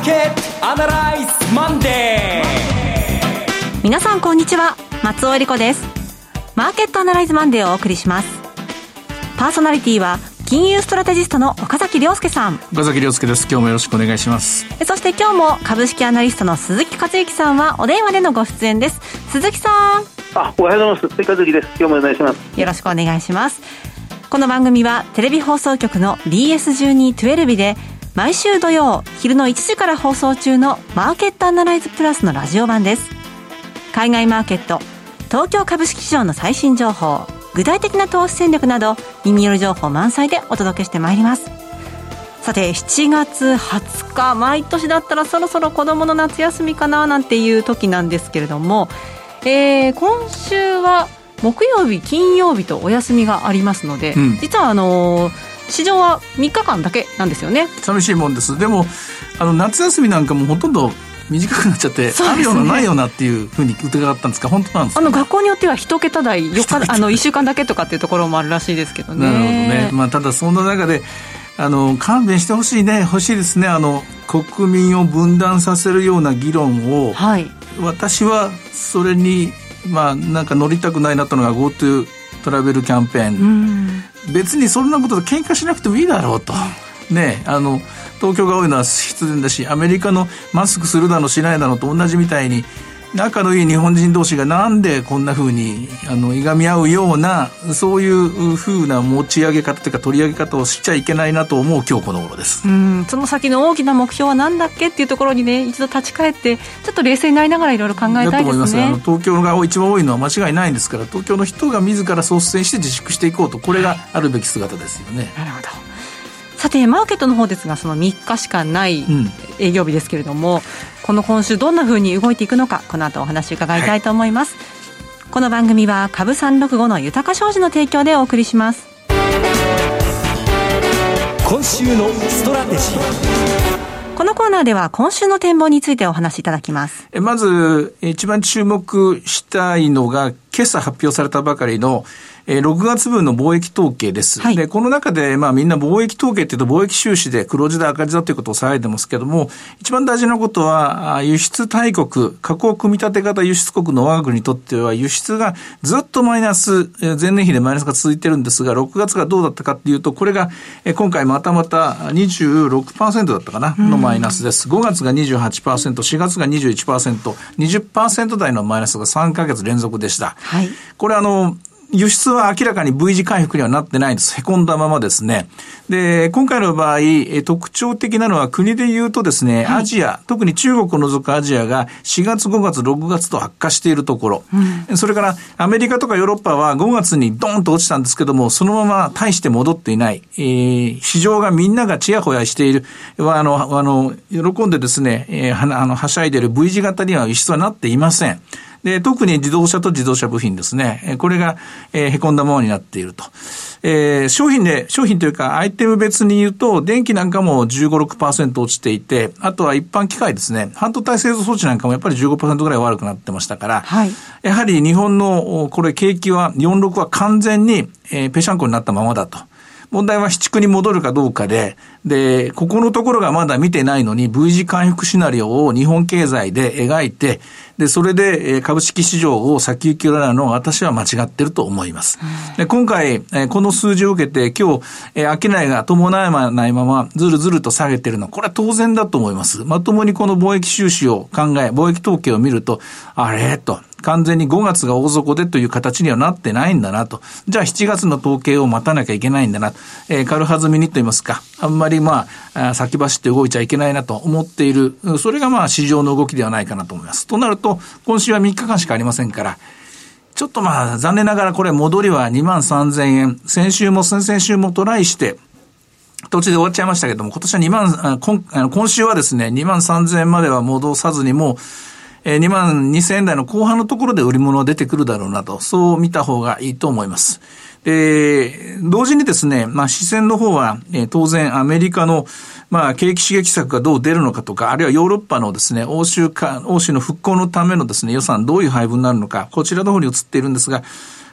ケットアナライズマンデー。 皆さんこんにちは、松尾恵理子です。マーケットアナライズマンデーをお送りします。パーソナリティは金融ストラテジストの岡崎亮介さん。 岡崎亮介です。今日もよろしくお願いします。 そして今日も株式アナリストの鈴木和之さんはお電話でのご出演です。鈴木さん。 おはようございます。鈴木和之です。今日もお願いします。 よろしくお願いします。この番組はテレビ放送局の BS1212 で毎週土曜昼の1時から放送中のマーケットアナライズプラスのラジオ版です。海外マーケット、東京株式市場の最新情報、具体的な投資戦略など耳寄り情報満載でお届けしてまいります。さて7月20日、毎年だったらそろそろ子どもの夏休みかななんていう時なんですけれども、今週は木曜日金曜日とお休みがありますので、実は市場は3日間だけなんですよね。 寂しいもんです。でも夏休みなんかもほとんど短くなっちゃって、あるようなないようなっていうふうに疑ったんですか？本当なんですか？ 学校によっては1桁台1週間だけとかっていうところもあるらしいですけどね。 なるほどね。ただそんな中で勘弁してほしいですね。国民を分断させるような議論を、はい、私はそれになんか乗りたくないなったのが GoTo トラベルキャンペーン。別にそんなことで喧嘩しなくてもいいだろうとね。東京が多いのは必然だし、アメリカのマスクするだのしないだのと同じみたいに、仲のいい日本人同士がなんでこんな風にいがみ合うような、そういう風な持ち上げ方というか取り上げ方をしちゃいけないなと思う今日この頃です。 その先の大きな目標は何だっけっていうところにね、一度立ち返ってちょっと冷静になりながらいろいろ考えたいですね。だと思います。 東京が一番多いのは間違いないんですから、東京の人が自ら率先して自粛していこうと、これがあるべき姿ですよね。 なるほど。さてマーケットの方ですが、その3日しかない営業日ですけれども、今週どんな風に動いていくのか、この後お話伺いたいと思います。この番組は株365の豊か商事の提供でお送りします。 今週のストラテジー。 このコーナーでは今週の展望についてお話しいただきます。 まず一番注目したいのが今朝発表されたばかりの6月分の貿易統計です。はい、でこの中でみんな貿易統計っていうと貿易収支で黒字だ赤字だということを騒いでますけども、一番大事なことは輸出大国、加工組み立て型輸出国の我が国にとっては輸出がずっとマイナス、前年比でマイナスが続いてるんですが、6月がどうだったかっていうと、これが今回また 26% だったかなのマイナスです。5月が 28%、4月が 21%、20% 台のマイナスが3ヶ月連続でした。はい、これ輸出は明らかに V 字回復にはなってないんです。へこんだままですね。で、今回の場合、特徴的なのは国で言うとですね、アジア、特に中国を除くアジアが4月、5月、6月と悪化しているところ。それからアメリカとかヨーロッパは5月にドーンと落ちたんですけども、そのまま大して戻っていない。市場がみんながチヤホヤしている。喜んでですね、はしゃいでいる V 字型には輸出はなっていません。で、特に自動車と自動車部品ですね。これが、へこんだままになっていると。商品というかアイテム別に言うと、電気なんかも 15-6% 落ちていて、あとは一般機械ですね。半導体製造装置なんかもやっぱり 15% ぐらい悪くなってましたから、はい、やはり日本の景気は46は完全に、ぺしゃんこになったままだと。問題は市区に戻るかどうかで、ここのところがまだ見てないのに V 字回復シナリオを日本経済で描いて、それで株式市場を先行き占うのは私は間違ってると思います。で、今回、この数字を受けて今日、商いが伴わないままずるずると下げてるのは、これは当然だと思います。まともにこの貿易収支を考え、貿易統計を見ると、あれと、完全に5月が大底でという形にはなってないんだなと。じゃあ7月の統計を待たなきゃいけないんだな。軽はずみにと言いますか、あんまり先走って動いちゃいけないなと思っている。それが市場の動きではないかなと思います。となると、今週は3日間しかありませんから、ちょっと残念ながらこれ戻りは23,000円。先週も先々週もトライして、途中で終わっちゃいましたけども、今週はですね、23,000円までは戻さずにもう、22,000円台の後半のところで売り物は出てくるだろうなと、そう見た方がいいと思います。同時にですね、視線の方は、当然アメリカの、景気刺激策がどう出るのかとか、あるいはヨーロッパのですね、欧州の復興のためのですね、予算どういう配分になるのか、こちらの方に移っているんですが、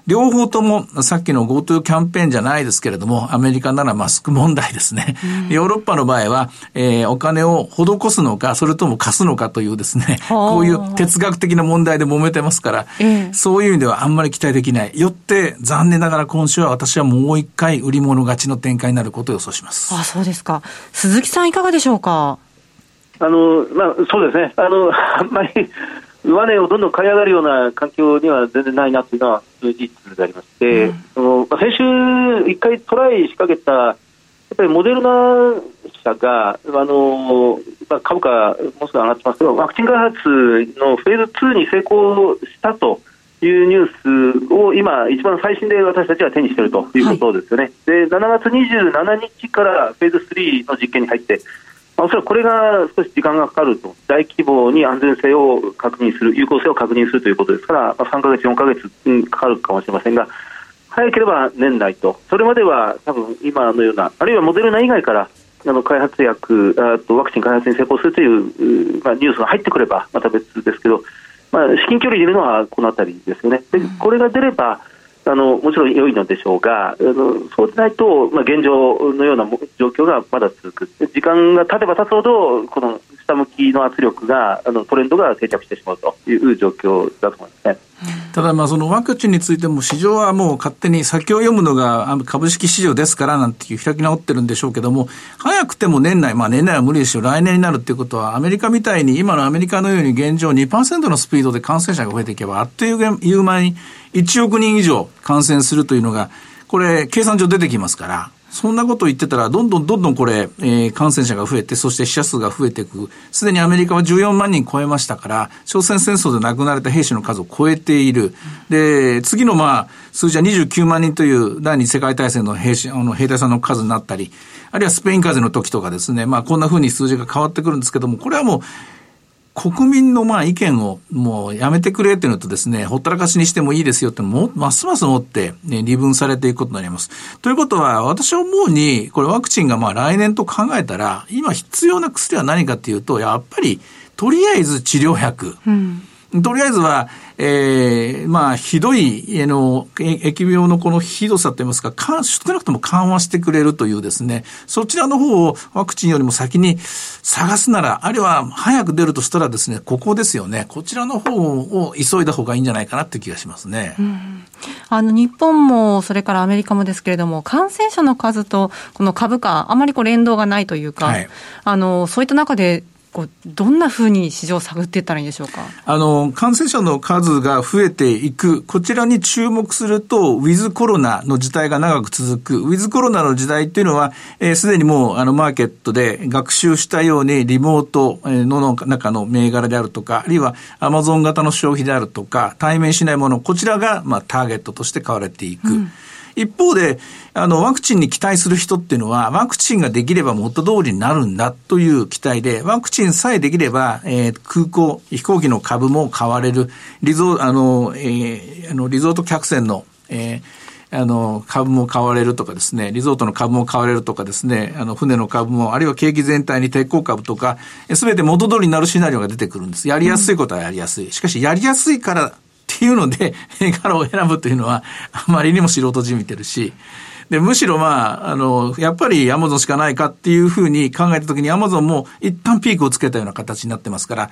両方ともさっきの GoTo キャンペーンじゃないですけれども、アメリカならマスク問題ですね。ヨーロッパの場合は、お金を施すのか、それとも貸すのかというですね、こういう哲学的な問題で揉めてますから、そういう意味ではあんまり期待できない。よって残念ながら今週は私はもう一回売り物勝ちの展開になることを予想します。 あ、そうですか。鈴木さんいかがでしょうか。 そうですね。あんまり上値をどんどん買い上がるような環境には全然ないなというのは事実でありまして、先週一回トライ仕掛けたやっぱりモデルナ社が株価もうすぐ上がってますけど、ワクチン開発のフェーズ2に成功したというニュースを今一番最新で私たちは手にしているということですよね。で、7月27日からフェーズ3の実験に入って、おそらくこれが少し時間がかかると、大規模に安全性を確認する、有効性を確認するということですから、3ヶ月4ヶ月かかるかもしれませんが、早ければ年内と、それまでは多分今のような、あるいはモデルナ以外から開発薬、ワクチン開発に成功するという、ニュースが入ってくればまた別ですけど、至近距離にいるのはこのあたりですよね。で、これが出ればもちろん良いのでしょうが、そうでないと、現状のような状況がまだ続く。時間が経てば経つほどこの下向きの圧力がトレンドが定着してしまうという状況だと思いますね。 ただそのワクチンについても市場はもう勝手に先を読むのが株式市場ですからなんていう開き直ってるんでしょうけども、早くても年内、年内は無理ですよ、来年になるっていうことは、アメリカみたいに今のアメリカのように現状 2% のスピードで感染者が増えていけばあっという間に1億人以上感染するというのがこれ計算上出てきますから、そんなことを言ってたらどんどんこれ、感染者が増えて、そして死者数が増えていく。すでにアメリカは14万人超えましたから、朝鮮戦争で亡くなられた兵士の数を超えている。で、次の数字は29万人という第二次世界大戦の兵隊さんの数になったり、あるいはスペイン風邪の時とかですね、こんな風に数字が変わってくるんですけども、これはもう国民の意見をもうやめてくれっていうのとですね、ほったらかしにしてもいいですよってますますもって、二分されていくことになります。ということは私は思うに、これワクチンが来年と考えたら、今必要な薬は何かっていうと、やっぱりとりあえず治療薬。とりあえずは、ひどい、疫病のこのひどさといいますか、少なくとも緩和してくれるというですね、そちらの方をワクチンよりも先に探すなら、あるいは早く出るとしたらですね、ここですよね。こちらの方を急いだ方がいいんじゃないかなっていう気がしますね。 日本もそれからアメリカもですけれども、感染者の数とこの株価、あまり連動がないというか、そういった中で、どんなふうに市場を探っていったらいいんでしょうか。 感染者の数が増えていく、こちらに注目すると、ウィズコロナの時代が長く続く。ウィズコロナの時代っていうのは、すでにもうマーケットで学習したようにリモートの中の銘柄であるとか、あるいはアマゾン型の消費であるとか、対面しないもの、こちらがターゲットとして買われていく。一方で、ワクチンに期待する人っていうのは、ワクチンができれば元通りになるんだという期待で、ワクチンさえできれば、飛行機の株も買われる、リゾート客船の、株も買われるとかですね、リゾートの株も買われるとかですね、船の株も、あるいは景気全体に鉄鋼株とか、すべて元通りになるシナリオが出てくるんです。やりやすいことはやりやすい。しかし、やりやすいから、っていうので銘柄を選ぶというのはあまりにも素人じみてるし、でむしろやっぱりアマゾンしかないかっていうふうに考えたときにアマゾンも一旦ピークをつけたような形になってますから、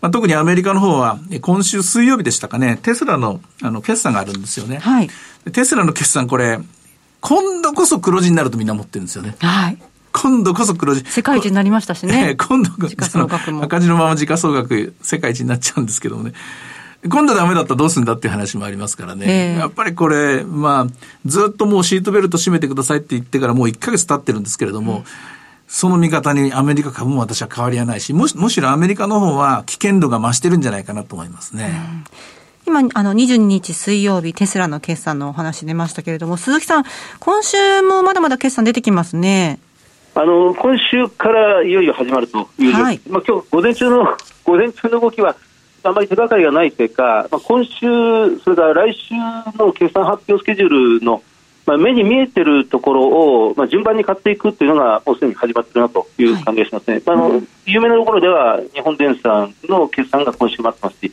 特にアメリカの方は今週水曜日でしたかね、テスラの決算があるんですよね。テスラの決算これ今度こそ黒字になるとみんな思ってるんですよね。今度こそ黒字。 世界一になりましたしね。 今度時価総額も赤字のまま時価総額世界一になっちゃうんですけどもね。今度ダメだったらどうするんだっていう話もありますからね。やっぱりこれ、ずっともうシートベルト締めてくださいって言ってからもう1ヶ月経ってるんですけれども、その見方にアメリカ株も私は変わりはないし、むしろアメリカの方は危険度が増してるんじゃないかなと思いますね。 今、22日水曜日、テスラの決算のお話出ましたけれども、鈴木さん、今週もまだまだ決算出てきますね。 今週からいよいよ始まるという、今日午前中の動きはあまり手がかりがないせいか、今週、それから来週の決算発表スケジュールの、目に見えているところを、順番に買っていくというのがもうすでに始まっているなという感じがしますね。有名なところでは日本電産の決算が今週待ってますし、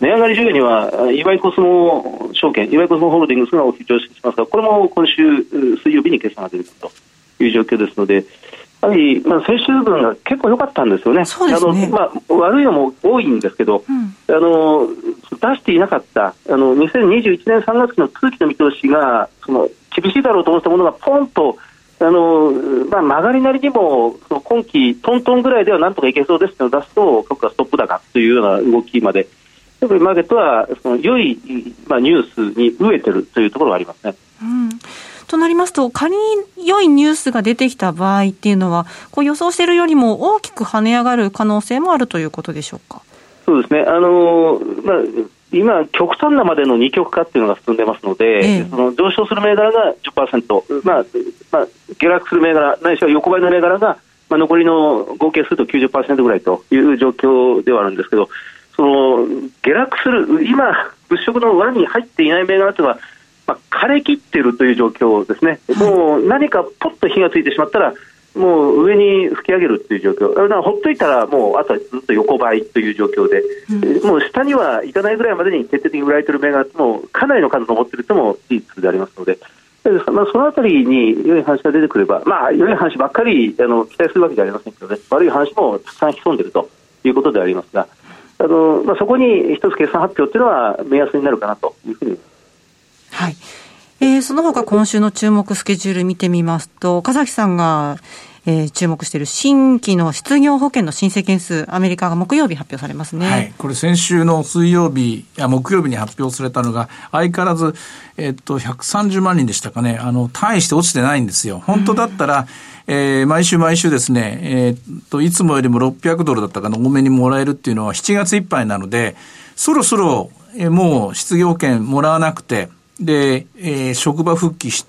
値上がり需要には岩井コスモ証券、岩井コスモホールディングスが上昇しますが、これも今週水曜日に決算が出てくるという状況ですので、やはり、先週分が結構良かったんですよね。 そうですね。 悪いのも多いんですけど、出していなかった2021年3月の通期の見通しが厳しいだろうと思ったものがポンと曲がりなりにも今期トントンぐらいではなんとかいけそうですと出すと株価ストップ高というような動きまで、やっぱりマーケットは良い、ニュースに飢えてるというところがありますね。 となりますと、仮に良いニュースが出てきた場合っていうのは予想しているよりも大きく跳ね上がる可能性もあるということでしょうか。 そうですね。今極端なまでの二極化っていうのが進んでますので、その上昇する銘柄が 10%、下落する銘柄ないしは横ばいの銘柄が、残りの合計すると 90% ぐらいという状況ではあるんですけど、下落する今物色の輪に入っていない銘柄というのは、枯れ切っているという状況ですね。もう何かポッと火がついてしまったらもう上に吹き上げるという状況だから、ほっといたらもうあとはずっと横ばいという状況で、もう下にはいかないぐらいまでに徹底的に売られている銘柄もかなりの数の持っているとも事実でありますので、そのあたりに良い話が出てくれば、良い話ばっかり期待するわけじゃありませんけどね、悪い話もたくさん潜んでいるということでありますが、そこに一つ決算発表というのは目安になるかなというふうに思います。 はい。その他今週の注目スケジュール見てみますと、岡崎さんが、注目している新規の失業保険の申請件数、アメリカが木曜日発表されますね。 はい、これ先週の木曜日に発表されたのが相変わらず、130万人でしたかね。大して落ちてないんですよ。本当だったら、毎週ですね、いつもよりも$600だったかな多めにもらえるっていうのは7月いっぱいなので、そろそろ、もう失業保険もらわなくて、で、職場復帰して、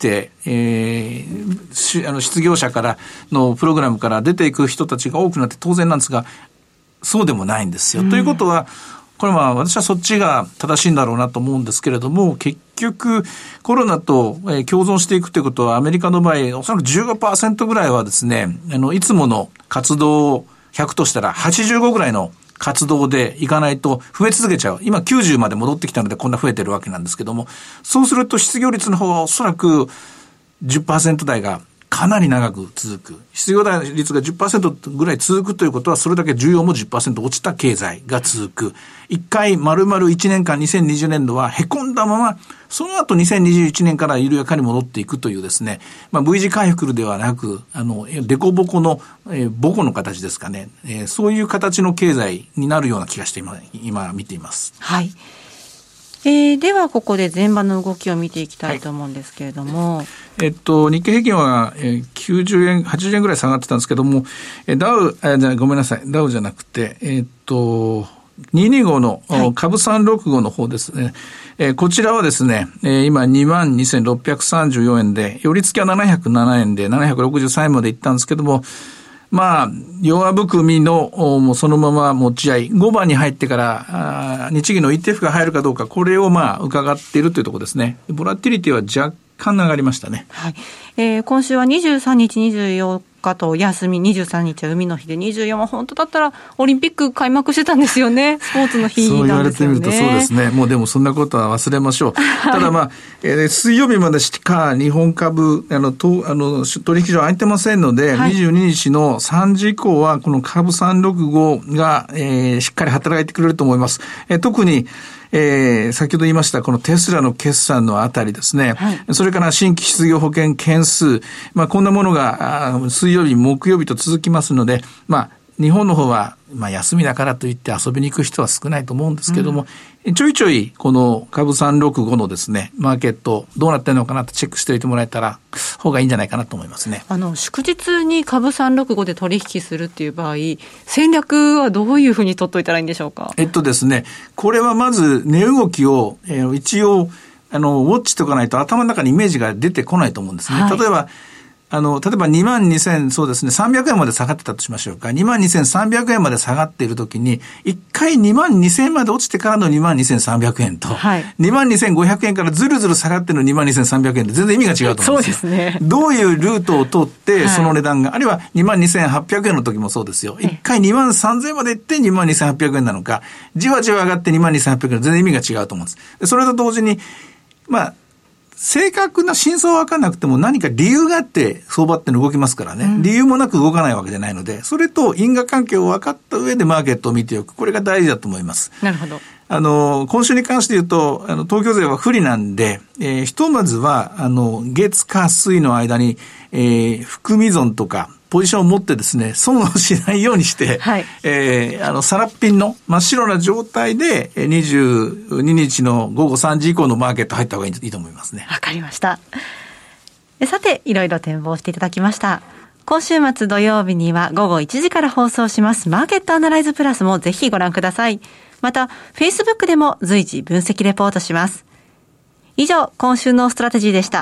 失業者からのプログラムから出ていく人たちが多くなって当然なんですが、そうでもないんですよ。ということは、これは私はそっちが正しいんだろうなと思うんですけれども、結局コロナと共存していくということは、アメリカの場合おそらく 15% ぐらいはですね、いつもの活動を100としたら85ぐらいの活動でいかないと増え続けちゃう。今90まで戻ってきたのでこんな増えてるわけなんですけども、そうすると失業率の方はおそらく 10% 台がかなり長く続く。失業率が 10% ぐらい続くということは、それだけ需要も 10% 落ちた経済が続く。一回丸々1年間2020年度は凹んだまま、その後2021年から緩やかに戻っていくというですね、V 字回復ではなく、デコボコの、ボコの形ですかね、そういう形の経済になるような気がして今見ています。 はい。ではここで前場の動きを見ていきたいと思うんですけれども、 はい、日経平均は90円80円ぐらい下がってたんですけども、ごめんなさい、ダウじゃなくて225の株365の方ですね、こちらはですね、今 22,634 円で、寄り付きは707円で763円までいったんですけども、弱含みのもうそのまま持ち合い、5番に入ってから日銀の ETF が入るかどうか、これを伺っているというところですね。ボラティリティは若干上がりましたね。 はい。今週は23日24日と休み、23日は海の日で、24は本当だったらオリンピック開幕してたんですよね。スポーツの日なんですよね。そう言われてみるとそうですね。もうでもそんなことは忘れましょう。ただ水曜日までしか日本株取引所空いてませんので、はい、22日の3時以降はこの株365が、しっかり働いてくれると思います。特に先ほど言いましたこのテスラの決算のあたりですね、はい、それから新規失業保険件数、こんなものが水曜日木曜日と続きますので、日本の方は休みだからといって遊びに行く人は少ないと思うんですけども、ちょいちょいこの株365のですねマーケットどうなってるのかなとチェックしておいてもらえたら方がいいんじゃないかなと思いますね。 祝日に株365で取引するっていう場合、戦略はどういうふうに取っといたらいいんでしょうか。 ですね、これはまず値動きを、一応ウォッチとかないと頭の中にイメージが出てこないと思うんですね。はい、例えば例えば22,000、そうですね、300円まで下がってたとしましょうか。22,300 円まで下がっているときに、一回22,000円まで落ちてからの22,300 円と、はい、22,500 円からずるずる下がっての22,300 円で全然意味が違うと思うんですよ。 そうですね。 どういうルートを通って、その値段が、はい、あるいは22,800 円の時もそうですよ。一回23,000円まで行って22,800 円なのか、じわじわ上がって22,800 円、全然意味が違うと思うんです。それと同時に、正確な真相は分からなくても何か理由があって相場って動きますからね、理由もなく動かないわけじゃないので、それと因果関係を分かった上でマーケットを見ておく、これが大事だと思います。 なるほど。 今週に関して言うと、東京税は不利なんで、ひとまずは、月火水の間に、含み損とか、ポジションを持ってですね、損をしないようにして、はい、サラッピンの真っ白な状態で、22日の午後3時以降のマーケット入った方がいいと思いますね。 わかりました。さて、いろいろ展望していただきました。今週末土曜日には午後1時から放送しますマーケットアナライズプラスもぜひご覧ください。また、Facebook でも随時分析レポートします。以上、今週のストラテジーでした。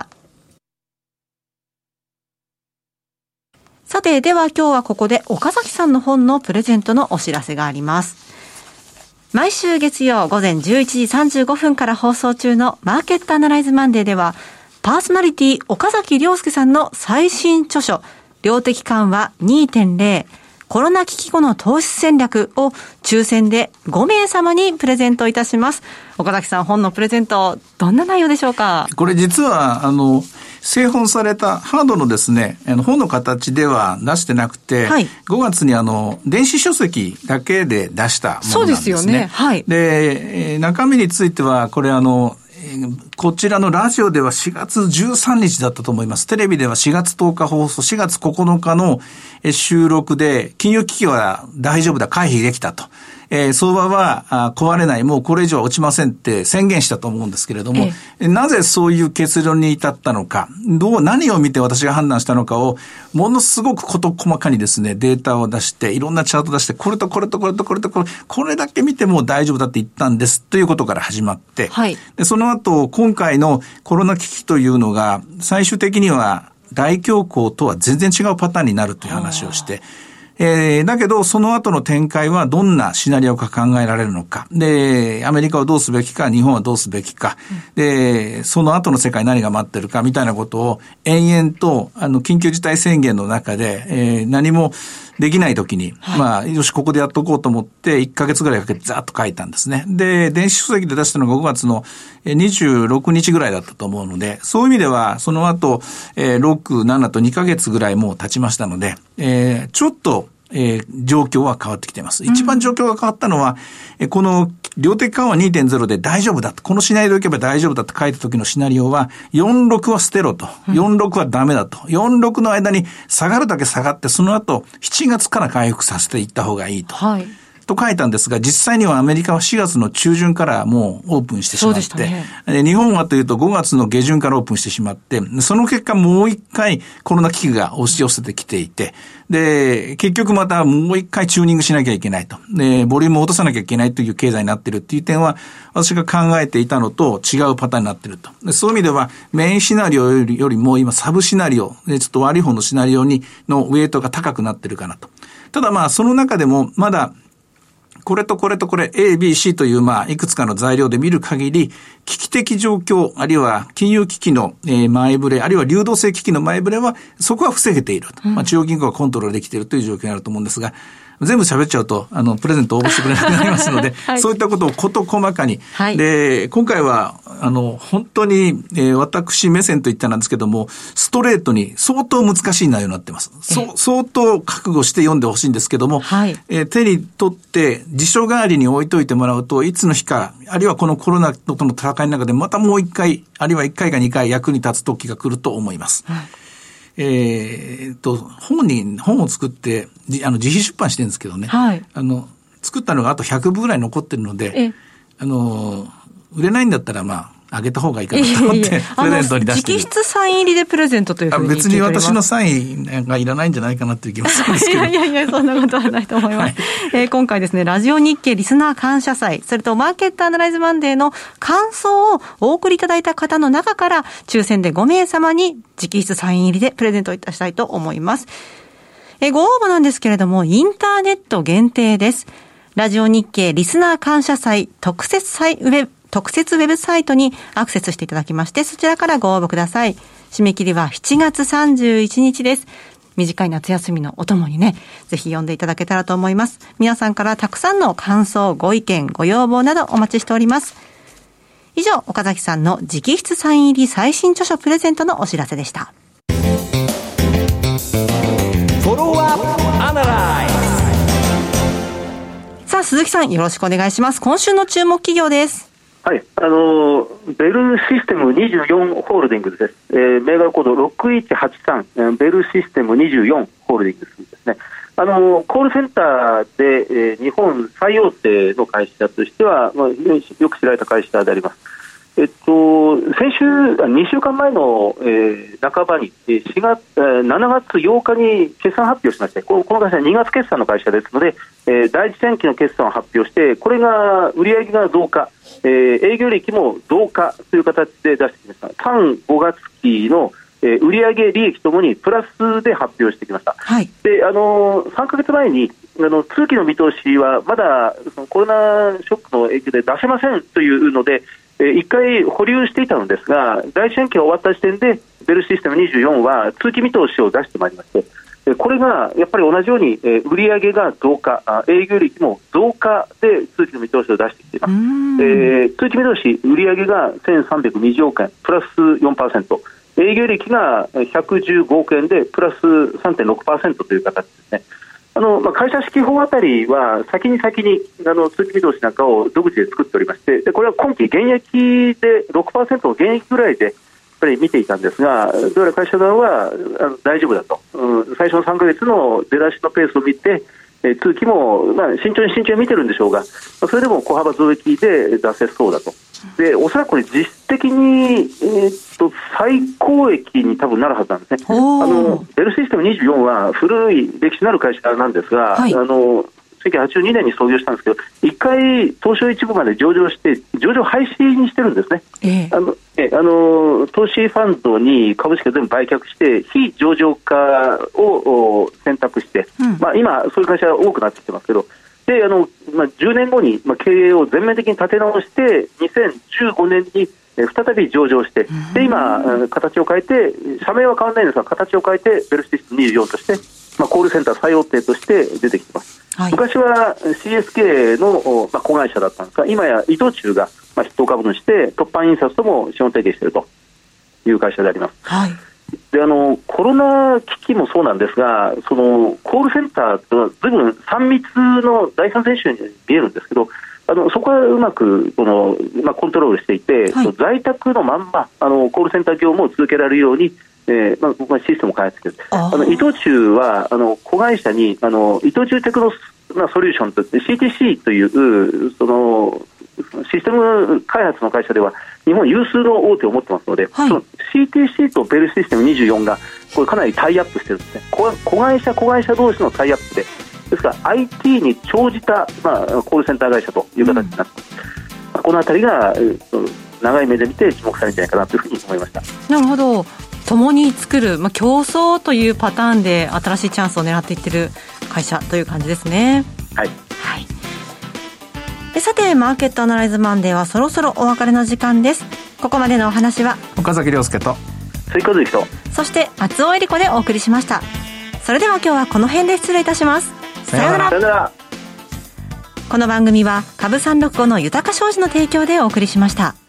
さて、では今日はここで岡崎さんの本のプレゼントのお知らせがあります。毎週月曜午前11時35分から放送中のマーケットアナライズマンデーでは、パーソナリティ岡崎亮介さんの最新著書、量的緩和 2.0 コロナ危機後の投資戦略を抽選で5名様にプレゼントいたします。岡崎さん、本のプレゼントどんな内容でしょうか？ これ実は製本されたハードのですね、本の形では出してなくて、はい、5月に電子書籍だけで出したものなんですね。 そうですよね。はい。 で、中身については、これこちらのラジオでは4月13日だったと思います。テレビでは4月10日放送、4月9日の収録で、金融危機は大丈夫だ、回避できたと。相場は壊れない、もうこれ以上は落ちませんって宣言したと思うんですけれども、なぜそういう結論に至ったのか、何を見て私が判断したのかを、ものすごく事細かにですね、データを出して、いろんなチャート出して、これとこれとこれとこれとこれ、これだけ見ても大丈夫だって言ったんです、ということから始まって、はい、でその後、今回のコロナ危機というのが、最終的には大恐慌とは全然違うパターンになるという話をして、だけど、その後の展開はどんなシナリオが考えられるのか。で、アメリカはどうすべきか、日本はどうすべきか。で、その後の世界何が待ってるか、みたいなことを延々と、緊急事態宣言の中で、何もできない時に、はい、よし、ここでやっとこうと思って、1ヶ月ぐらいかけてざっと書いたんですね。で、電子書籍で出したのが5月の26日ぐらいだったと思うので、そういう意味では、その後、6、7と2ヶ月ぐらいもう経ちましたので、ちょっと、状況は変わってきています。一番状況が変わったのは、この量的緩和 2.0 で大丈夫だと、このシナリオでいけば大丈夫だと書いた時のシナリオは、46は捨てろと、46はダメだと、46の間に下がるだけ下がって、その後7月から回復させていった方がいいと。はい。と書いたんですが、実際にはアメリカは4月の中旬からもうオープンしてしまって、ね、日本はというと5月の下旬からオープンしてしまって、その結果もう一回コロナ危機が押し寄せてきていて、で、結局またもう一回チューニングしなきゃいけないと。で、ボリュームを落とさなきゃいけないという経済になっているっていう点は、私が考えていたのと違うパターンになっていると。で、そういう意味ではメインシナリオよりも今サブシナリオ、ちょっと悪い方のシナリオのウェイトが高くなっているかなと。ただその中でもまだこれとこれとこれ A、B、C といういくつかの材料で見る限り危機的状況、あるいは金融危機の前触れ、あるいは流動性危機の前触れはそこは防げていると。中央銀行はコントロールできているという状況になると思うんですが、全部喋っちゃうとプレゼント応募してくれなくなりますので、はい、そういったことを事細かに、はい、で今回は本当に、私目線といったなんですけども、ストレートに相当難しい内容になっています。相当覚悟して読んでほしいんですけども、はい、手に取って辞書代わりに置いといてもらうと、いつの日か、あるいはこのコロナとの戦いの中でまたもう一回、あるいは1回か2回役に立つ時が来ると思います。はい、本を作って、自費出版してるんですけどね。はい。作ったのがあと100部ぐらい残ってるので、売れないんだったらあげた方がいいかなと思って、プレゼントに出してる。 直筆サイン入りでプレゼントというふうに聞いております。 別に私のサインがいらないんじゃないかなっていう気もするんですけど。 いや、そんなことはないと思います。はい、今回ですね、ラジオ日経リスナー感謝祭、それとマーケットアナライズマンデーの感想をお送りいただいた方の中から、抽選で5名様に直筆サイン入りでプレゼントいたしたいと思います。ご応募なんですけれども、インターネット限定です。ラジオ日経リスナー感謝祭特設ウェブサイトにアクセスしていただきまして、そちらからご応募ください。締め切りは7月31日です。短い夏休みのお供にね、ぜひ読んでいただけたらと思います。皆さんからたくさんの感想、ご意見、ご要望などお待ちしております。以上、岡崎さんの直筆サイン入り最新著書プレゼントのお知らせでした。 フォローアップアナライズ。 さあ、鈴木さんよろしくお願いします。今週の注目企業です。 はい、ベルシステム24ホールディングスです。銘柄コード6183、ベルシステム24ホールディングスですね。コールセンターで、日本最大手の会社としては、非常によく知られた会社であります。2週間前の、半ばに7月8日に決算発表しまして、この会社は2月決算の会社ですので、第一四半期の決算を発表して、これが売上が増加、営業利益も増加という形で出してきました。3、5月期の売上利益ともにプラスで発表してきました。 はい、 で3ヶ月前に通期の見通しはまだそのコロナショックの影響で出せませんというので、1回保留していたのですが、第一四半期が終わった時点でベルシステム24は通期見通しを出してまいりまして、これがやっぱり同じように売上が増加、営業利益も増加で通期の見通しを出してきています。通期見通し売上が1320億円プラス 4%、営業利益が115億円でプラス 3.6% という形ですね。会社指揮法あたりは先に通期見通しなんかを独自で作っておりまして、でこれは今期現役で 6% の現役ぐらいでやっぱり見ていたんですが、どうやら会社側は大丈夫だと、最初の3ヶ月の出だしのペースを見て、通期も、慎重に見てるんでしょうが、それでも小幅増益で出せそうだと。でおそらくこれ実質的に、最高益に多分なるはずなんですね。ベルシステム24は古い歴史のある会社なんですが、はい、1982年に創業したんですけど、1回東証一部まで上場して上場廃止にしてるんですね。投資ファンドに株式を全部売却して非上場化を選択して、今そういう会社が多くなってきてますけど、で10年後に経営を全面的に立て直して2015年に再び上場して、で今形を変えて、社名は変わらないんですが形を変えてベルシステム24として、コールセンター最大手として出てきています。はい、昔は CSK の子会社だったんですが、今や伊藤忠が筆頭株主で突版印刷とも資本提携しているという会社であります。はい、でコロナ危機もそうなんですが、そのコールセンターというのは随分3密の第三選手に見えるんですけど、そこはうまくコントロールしていて、はい、在宅のまんまコールセンター業務を続けられるように、僕はシステムを開発している。伊藤忠は子会社に伊藤忠テクノソリューションといって CTC というそのシステム開発の会社では日本有数の大手を持ってますので、はい、その CTC とベルシステム24がこれかなりタイアップしてるんですね。子会社同士のタイアップですから IT に長じた、コールセンター会社という形になって、このあたりが長い目で見て注目されるんじゃないかなというふうに思いました。 なるほど。共に作る、競争というパターンで新しいチャンスを狙っていってる会社という感じですね。 はい、 はい、さてマーケットアナライズマンデーはそろそろお別れの時間です。ここまでのお話は岡崎亮介と追加月とそして松尾恵理子でお送りしました。それでは今日はこの辺で失礼いたします。さようなら。この番組は株365の豊か商事の提供でお送りしました。